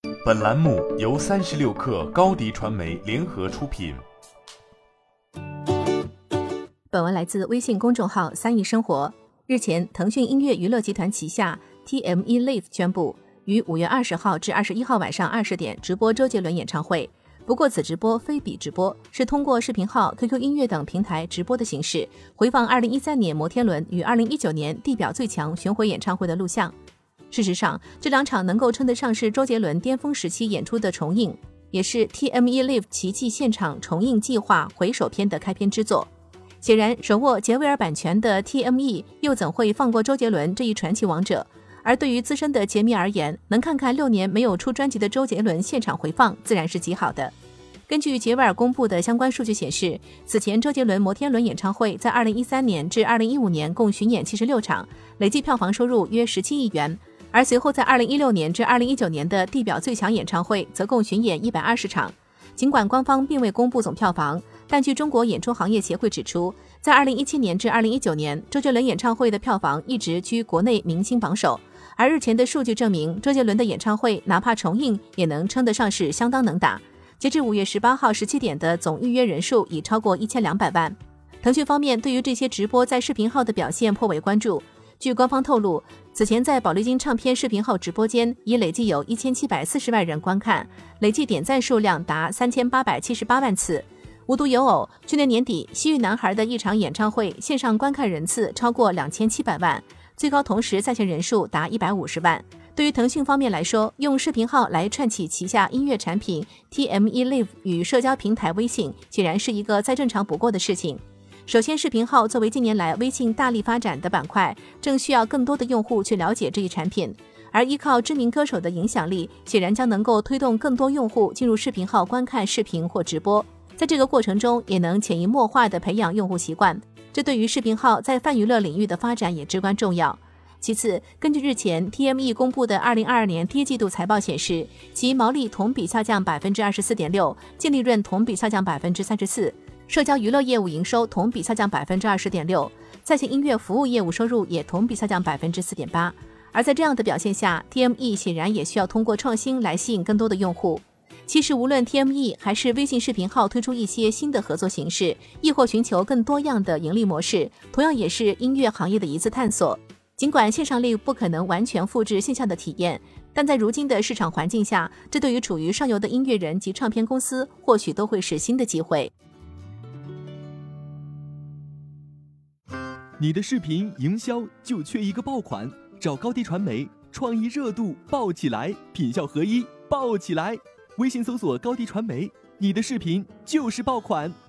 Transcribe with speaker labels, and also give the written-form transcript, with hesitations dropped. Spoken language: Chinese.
Speaker 1: 本栏目由36氪高迪传媒联合出品。
Speaker 2: 本文来自微信公众号3亿生活。日前，腾讯音乐娱乐集团旗下 TME Live 宣布，于5月20号至21号晚上20点直播周杰伦演唱会。不过此直播非比直播，是通过视频号、QQ 音乐等平台直播的形式，回放2013年摩天轮与2019年地表最强巡回演唱会的录像。事实上，这两场能够称得上是周杰伦巅峰时期演出的重映，也是 TME Live 奇迹现场重映计划回首篇的开篇之作。显然，手握杰威尔版权的 TME 又怎会放过周杰伦这一传奇王者？而对于资深的杰迷而言，能看看6年没有出专辑的周杰伦现场回放，自然是极好的。根据杰威尔公布的相关数据显示，此前周杰伦摩天轮演唱会在2013年至2015年共巡演76场，累计票房收入约17亿元。而随后在2016年至2019年的地表最强演唱会则共巡演120场。尽管官方并未公布总票房，但据中国演出行业协会指出，在2017年至2019年，周杰伦演唱会的票房一直居国内明星榜首。而日前的数据证明，周杰伦的演唱会哪怕重映也能称得上是相当能打。截至5月18号17点的总预约人数已超过1200万。腾讯方面对于这些直播在视频号的表现颇为关注。据官方透露，此前在宝丽金唱片视频号直播间已累计有1740万人观看，累计点赞数量达3878万次。无独有偶，去年年底西域男孩的一场演唱会线上观看人次超过2700万，最高同时在线人数达150万。对于腾讯方面来说，用视频号来串起旗下音乐产品 TME Live 与社交平台微信，显然是一个再正常不过的事情。首先，视频号作为近年来微信大力发展的板块，正需要更多的用户去了解这一产品，而依靠知名歌手的影响力，显然将能够推动更多用户进入视频号观看视频或直播，在这个过程中也能潜移默化地培养用户习惯，这对于视频号在泛娱乐领域的发展也至关重要。其次，根据日前 TME 公布的2022年第一季度财报显示，其毛利同比下降 24.6%， 净利润同比下降 34%， 社交娱乐业务营收同比下降 20.6%， 在线音乐服务业务收入也同比下降 4.8%。 而在这样的表现下， TME 显然也需要通过创新来吸引更多的用户。其实无论 TME 还是微信视频号推出一些新的合作形式，亦或寻求更多样的盈利模式，同样也是音乐行业的一次探索。尽管线上力不可能完全复制线下的体验，但在如今的市场环境下，这对于处于上游的音乐人及唱片公司或许都会是新的机会。
Speaker 3: 你的视频营销就缺一个爆款，找高迪传媒，创意热度爆起来，品效合一爆起来。微信搜索高迪传媒，你的视频就是爆款。